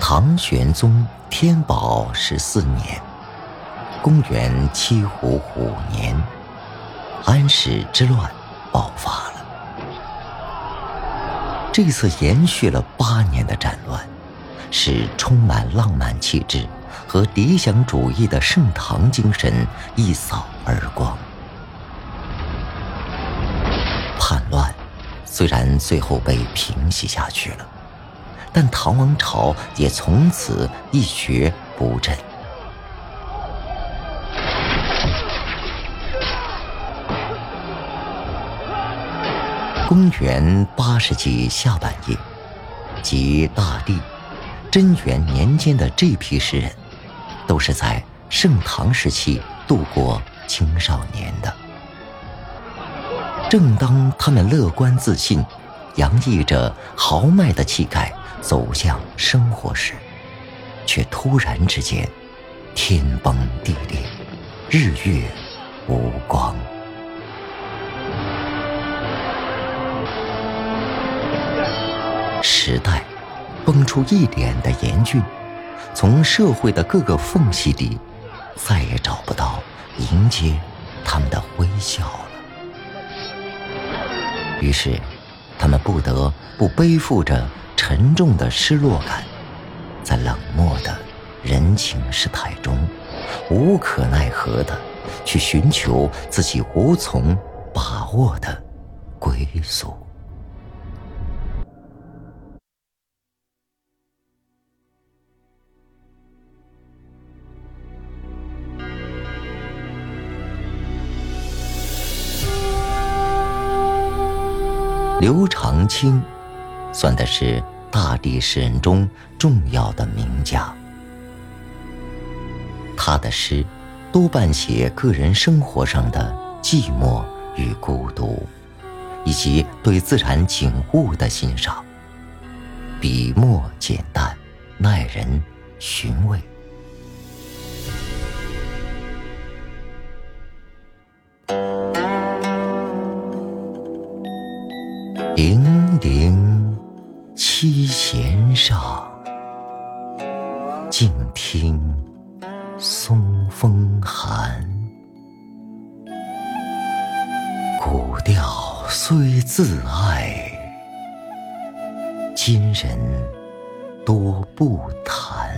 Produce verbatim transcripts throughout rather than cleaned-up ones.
唐玄宗天宝十四年，公元七五五年，安史之乱爆发了。这次延续了八年的战乱，使充满浪漫气质和理想主义的盛唐精神一扫而光。叛乱虽然最后被平息下去了，但唐王朝也从此一蹶不振。公元八世纪下半叶，即大历、贞元年间的这批诗人，都是在盛唐时期度过青少年的。正当他们乐观自信，洋溢着豪迈的气概走向生活时，却突然之间天崩地裂，日月无光。时代崩出一脸的严峻，从社会的各个缝隙里再也找不到迎接他们的微笑了。于是他们不得不背负着沉重的失落感，在冷漠的人情世态中无可奈何地去寻求自己无从把握的归宿。刘长卿算的是大历诗人中重要的名家，他的诗多半写个人生活上的寂寞与孤独，以及对自然景物的欣赏，笔墨简淡，耐人寻味。零零七弦上，静听松风寒。古调虽自爱，今人多不弹。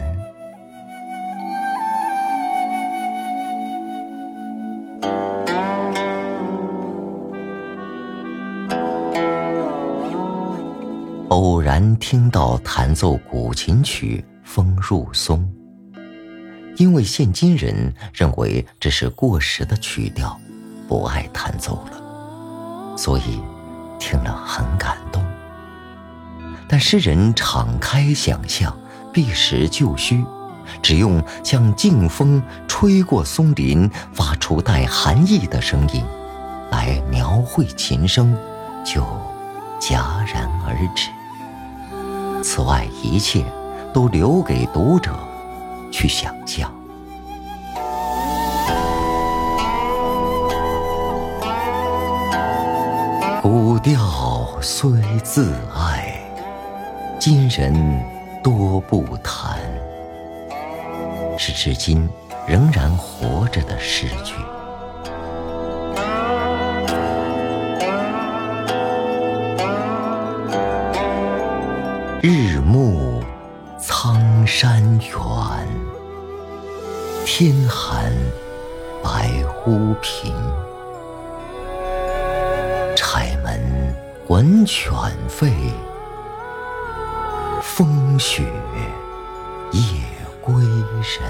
偶然听到弹奏古琴曲《风入松》，因为现今人认为这是过时的曲调，不爱弹奏了，所以听了很感动。但诗人敞开想象，避实就虚，只用像劲风吹过松林发出带寒意的声音来描绘琴声，就戛然而止。此外一切都留给读者去想象。古调虽自爱，今人多不弹，是至今仍然活着的诗句。日暮苍山远，天寒白屋贫。柴门闻犬吠，风雪夜归人。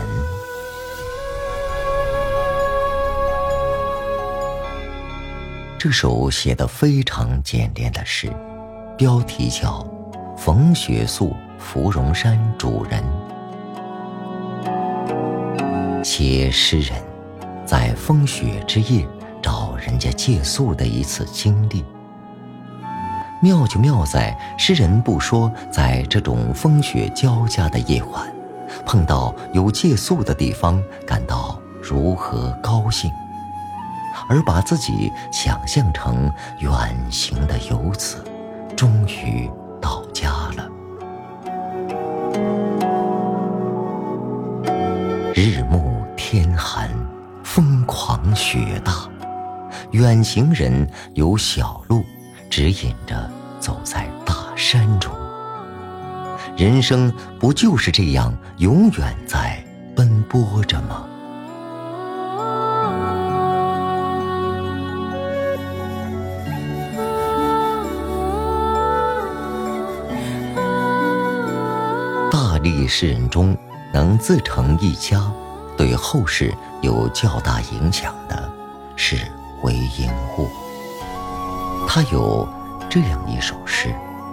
这首写得非常简练的诗，标题叫冯雪宿芙蓉山主人，写诗人在风雪之夜找人家借宿的一次经历。妙就妙在诗人不说在这种风雪交加的夜晚碰到有借宿的地方感到如何高兴，而把自己想象成远行的游子，终于到家了。 日暮天寒，疯狂雪大，远行人有小路指引着走在大山中。人生不就是这样永远在奔波着吗？大力士人中能自成一家，对后世有较大影响的是韦应物。他有这样一首诗：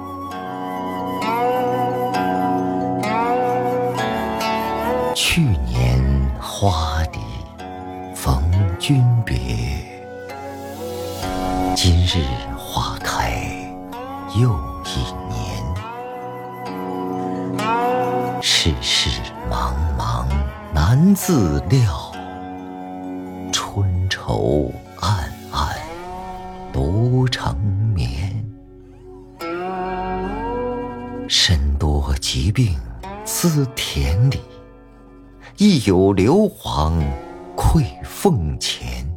去年花里逢君别，今日花开又一年。世事茫茫难自料，春愁暗暗独成眠。身多疾病思田里，亦有硫磺馈俸钱。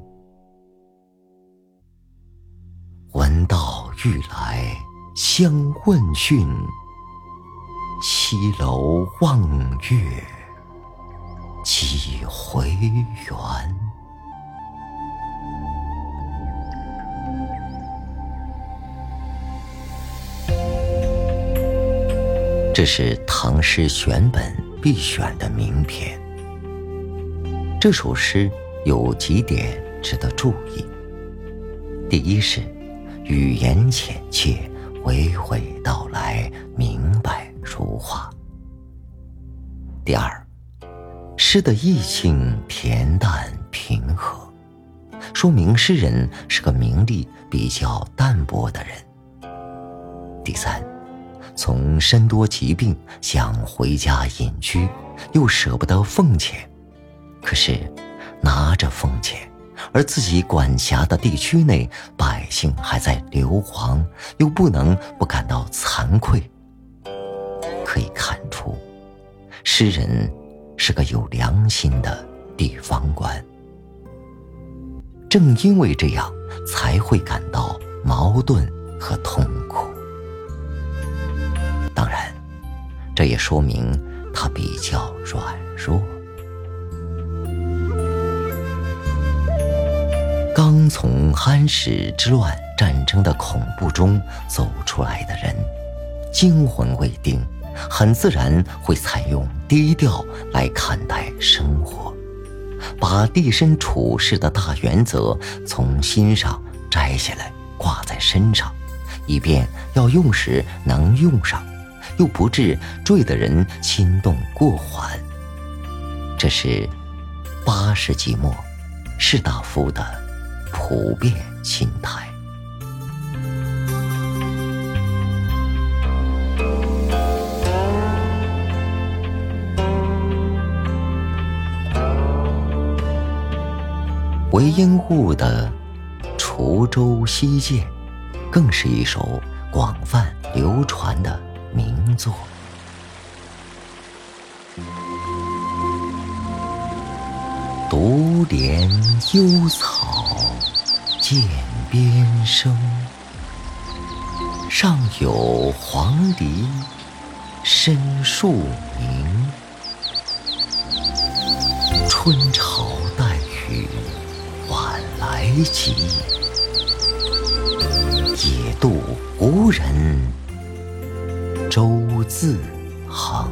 闻道欲来相问讯，西楼望月几回圆。这是唐诗选本必选的名篇。这首诗有几点值得注意。第一是语言浅切，娓娓道来，明白如画。第二，诗的意境恬淡平和，说明诗人是个名利比较淡薄的人。第三，从身多疾病想回家隐居，又舍不得俸钱，可是拿着俸钱，而自己管辖的地区内百姓还在流亡，又不能不感到惭愧。可以看出，诗人是个有良心的地方官。正因为这样，才会感到矛盾和痛苦。当然，这也说明他比较软弱。刚从安史之乱战争的恐怖中走出来的人，惊魂未定，很自然会采用低调来看待生活，把立身处世的大原则从心上摘下来挂在身上，以便要用时能用上，又不致坠得人心动过缓。这是八世纪末士大夫的普遍心态。韦应物的《滁州西涧》更是一首广泛流传的名作。独怜幽草涧边生，上有黄鹂深树鸣。春潮带雨晚来急，野渡无人舟自横。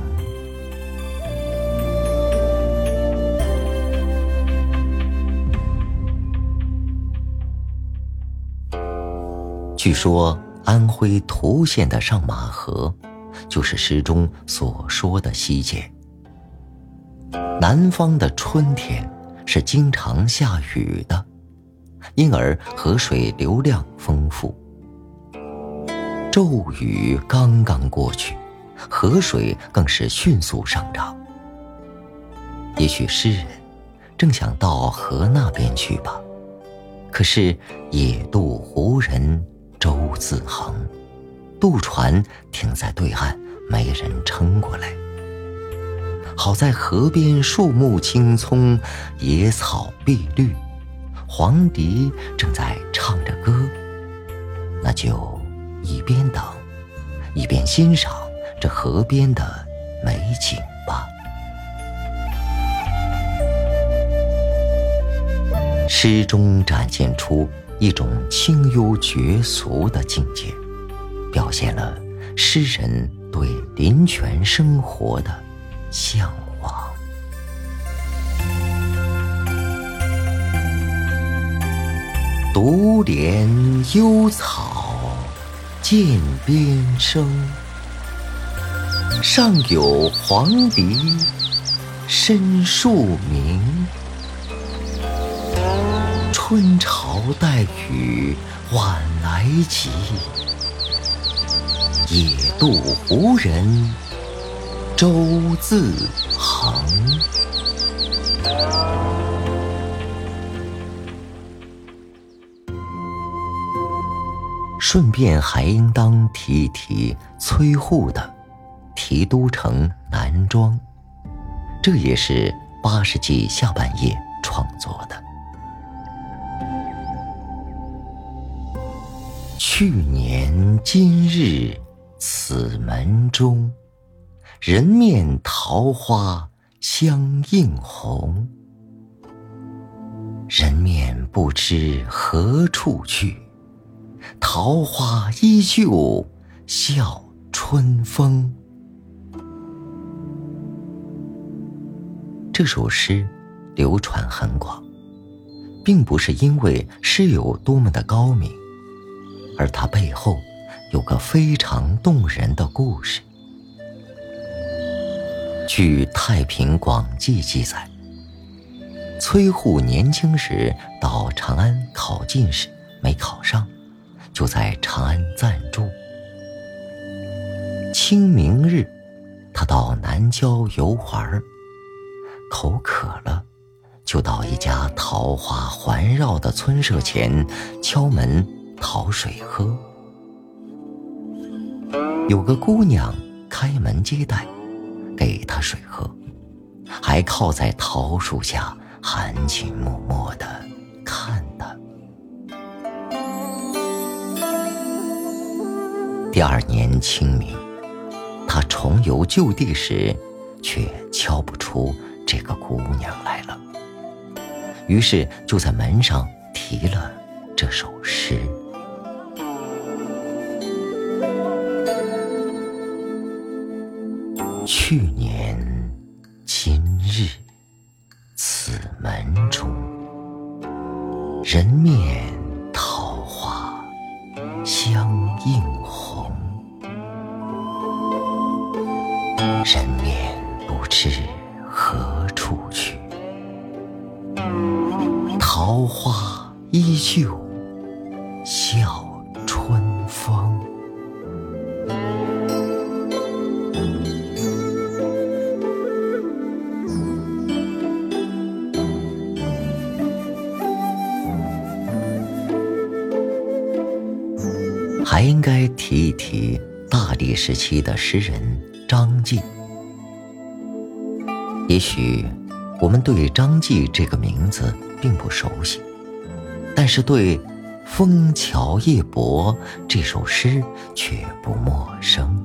据说安徽涂县的上马河就是诗中所说的西涧。南方的春天是经常下雨的，因而河水流量丰富。骤雨刚刚过去，河水更是迅速上涨。也许诗人正想到河那边去吧，可是野渡无人舟自横，渡船停在对岸，没人撑过来。 好在河边树木青葱，野草碧绿，黄鹂正在唱着歌。那就一边等，一边欣赏这河边的美景吧。诗中展现出一种清幽绝俗的境界，表现了诗人对林泉生活的向往。独怜幽草涧边生，上有黄鹂深树鸣。春潮带雨晚来急，野渡无人舟自横。顺便还应当提一提崔护的《题都城南庄》，这也是八世纪下半叶创作的。去年今日此门中，人面桃花相映红。人面不知何处去，桃花依旧笑春风。这首诗流传很广，并不是因为诗有多么的高明，而它背后有个非常动人的故事。据《太平广记》记载，崔护年轻时到长安考进士，没考上，就在长安暂住。清明日，他到南郊游玩，口渴了，就到一家桃花环绕的村舍前敲门讨水喝。有个姑娘开门接待，给他水喝，还靠在桃树下含情脉脉地看他。第二年清明，他重游旧地时，却敲不出这个姑娘来了，于是就在门上题了这首诗。去年今日此门中，人面桃花相映红。人面不知何处去，桃花依旧笑春风。还应该提一提大历时期的诗人张继。也许我们对张继这个名字并不熟悉，但是对《枫桥夜泊》这首诗却不陌生。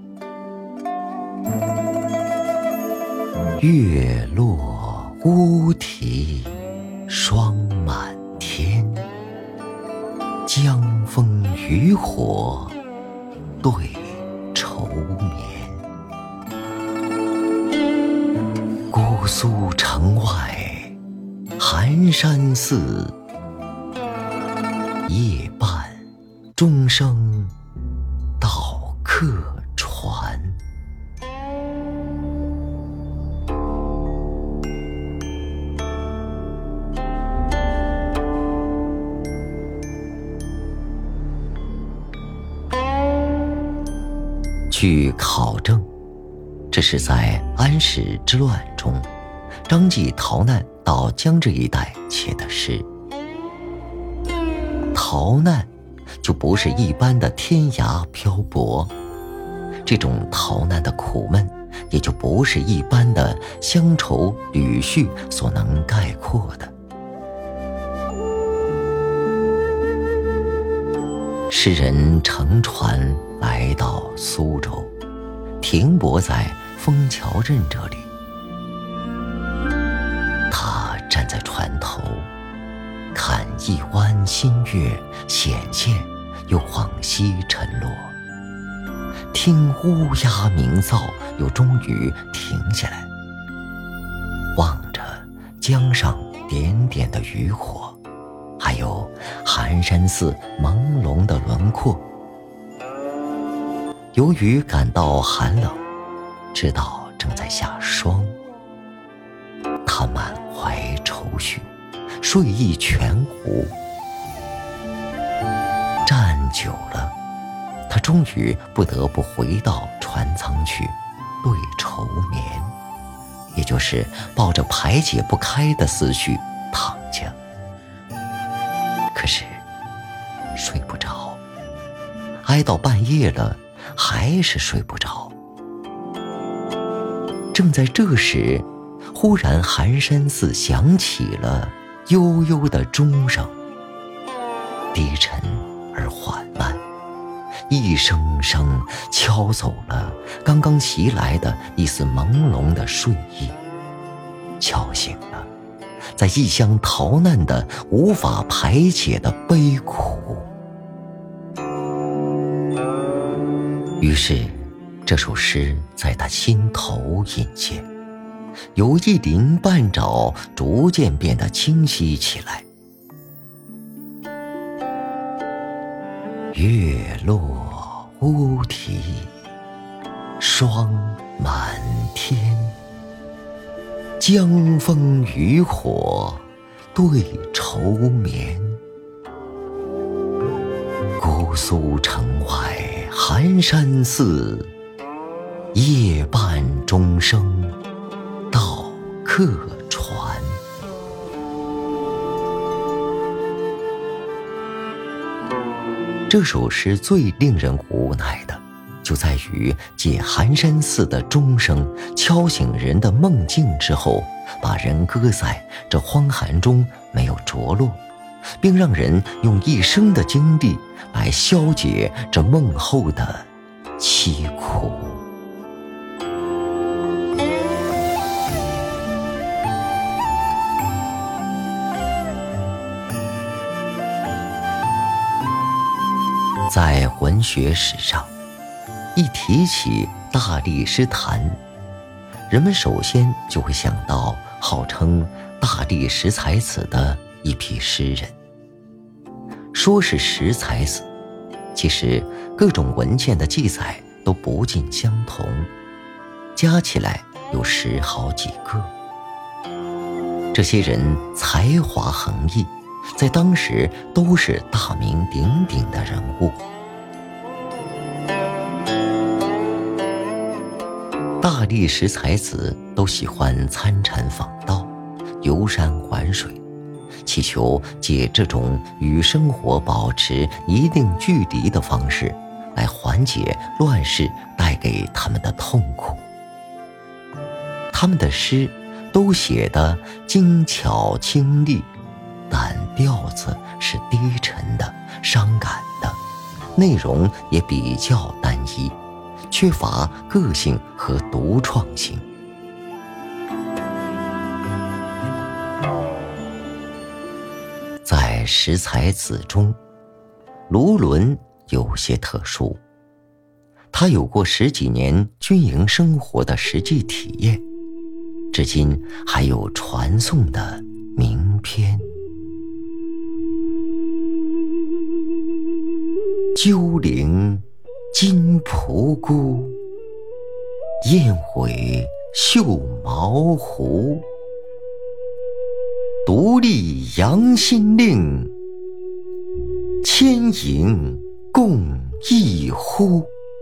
月落乌啼霜满天，江枫渔火对愁眠。姑苏城外寒山寺，夜半钟声到客船。据考证，这是在安史之乱中，张继逃难到江浙一带写的诗。逃难就不是一般的天涯漂泊，这种逃难的苦闷也就不是一般的乡愁旅叙所能概括的。诗人乘船来到苏州，停泊在枫桥镇这里。他站在船头，看一弯新月显现又往西沉落，听乌鸦鸣噪，又终于停下来，望着江上点点的渔火，还有寒山寺朦胧的轮廓。由于感到寒冷，知道正在下霜，他满怀愁绪，睡意全无。站久了，他终于不得不回到船舱去对愁眠，也就是抱着排解不开的思绪躺下。可是睡不着，挨到半夜了还是睡不着。正在这时，忽然寒山寺响起了悠悠的钟声，低沉而缓慢，一声声敲走了刚刚袭来的一丝朦胧的睡意，敲醒了在异乡逃难的无法排解的悲苦。于是这首诗在他心头隐现，由一鳞半爪逐渐变得清晰起来。月落乌啼，霜满天，江枫渔火对愁眠。姑苏城外寒山寺，夜半钟声到客船。这首诗最令人无奈的，就在于借寒山寺的钟声敲醒人的梦境之后，把人搁在这荒寒中没有着落，并让人用一生的经历来消解这梦后的凄苦。在文学史上，一提起大力士谭，人们首先就会想到号称大力士才子的一批诗人。说是识才子，其实各种文献的记载都不尽相同，加起来有十好几个。这些人才华横溢，在当时都是大名鼎鼎的人物。大力士才子都喜欢参禅访道，游山玩水，祈求借这种与生活保持一定距离的方式来缓解乱世带给他们的痛苦。他们的诗都写得精巧清丽，但调子是低沉的、伤感的，内容也比较单一，缺乏个性和独创性。在识才子中，卢纶有些特殊，他有过十几年军营生活的实际体验，至今还有传颂的名篇。鸠铃金仆姑，燕尾绣毛狐。独立扬心令，千影共一呼。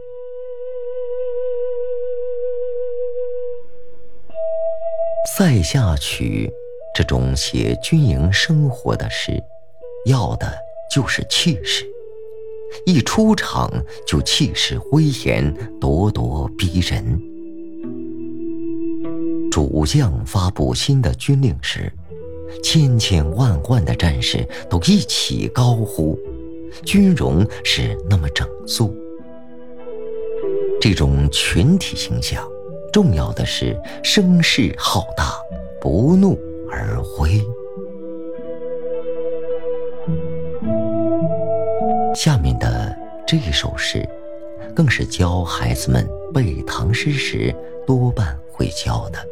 塞下曲这种写军营生活的诗，要的就是气势，一出场就气势威严，咄咄逼人。 武将发布新的军令时，千千万万的战士都一起高呼，军容是那么整肃。这种群体形象，重要的是声势浩大，不怒而威。下面的这首诗，更是教孩子们背唐诗时多半会教的。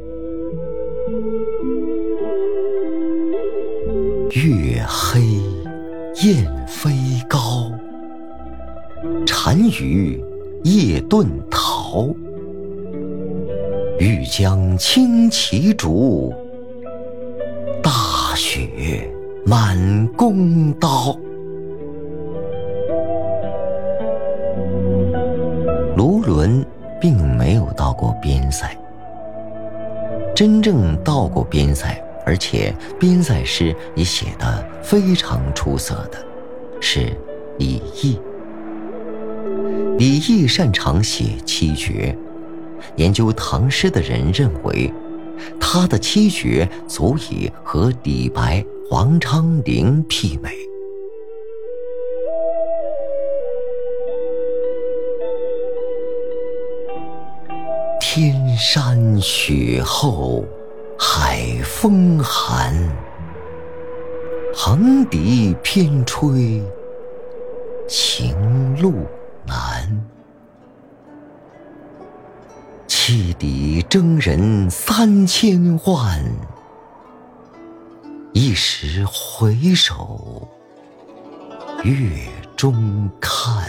月黑雁飞高，单于夜遁逃。欲将轻骑逐，大雪满弓刀。卢纶并没有到过边塞，真正到过边塞，而且边塞诗也写得非常出色的是李益。李益擅长写七绝，研究唐诗的人认为，他的七绝足以和李白、王昌龄媲美。天山雪厚海风寒，横笛偏吹行路难。汽笛征人三千万，一时回首月中看。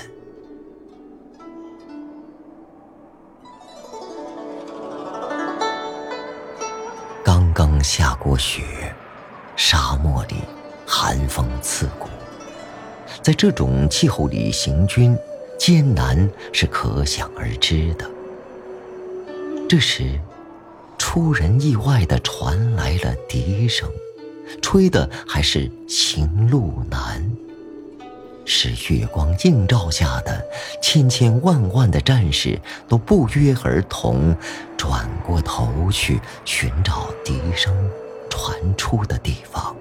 刚刚下过雪，沙漠里寒风刺骨，在这种气候里行军，艰难是可想而知的。这时，出人意外地传来了笛声，吹的还是行路难。是月光映照下的千千万万的战士都不约而同转过头去寻找笛声传出的地方。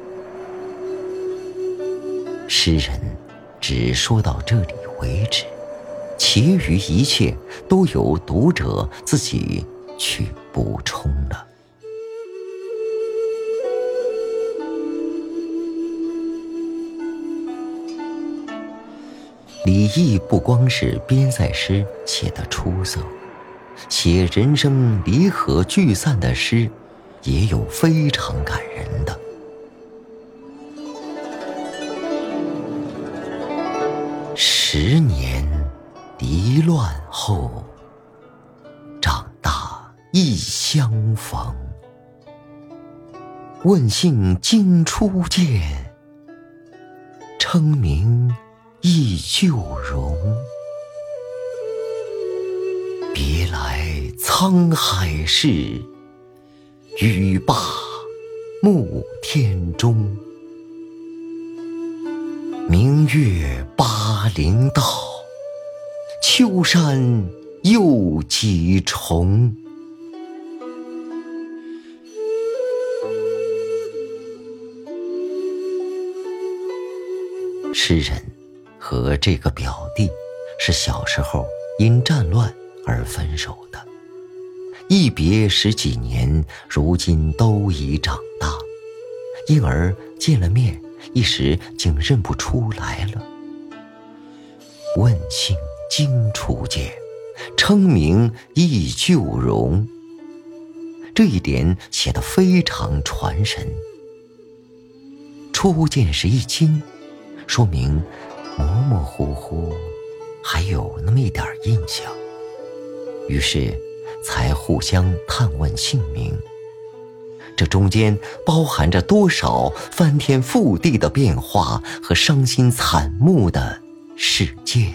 诗人只说到这里为止，其余一切都由读者自己去补充了。李益不光是边塞诗写得出色，写人生离合聚散的诗也有非常感人的。十年离乱后，长大亦相逢。问姓今初见，称名忆旧容。别来沧海事，语罢暮天钟。明月巴陵道，秋山又几重。诗人和这个表弟是小时候因战乱而分手的，一别十几年，如今都已长大，因而见了面一时竟认不出来了。问姓今初见，称名忆旧容。这一点写得非常传神。初见时一惊，说明模模糊糊还有那么一点印象，于是才互相探问姓名。这中间包含着多少翻天覆地的变化和伤心惨目的事件。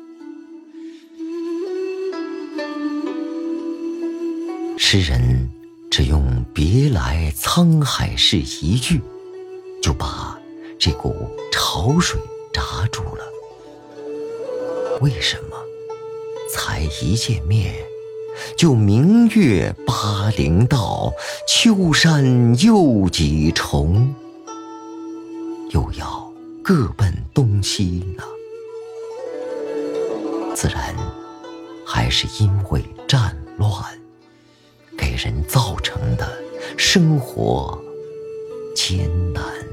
诗人只用别来沧海事一句，就把这股潮水闸住了。为什么才一见面就明月八陵道，秋山又几重。又要各奔东西呢？自然还是因为战乱给人造成的生活艰难。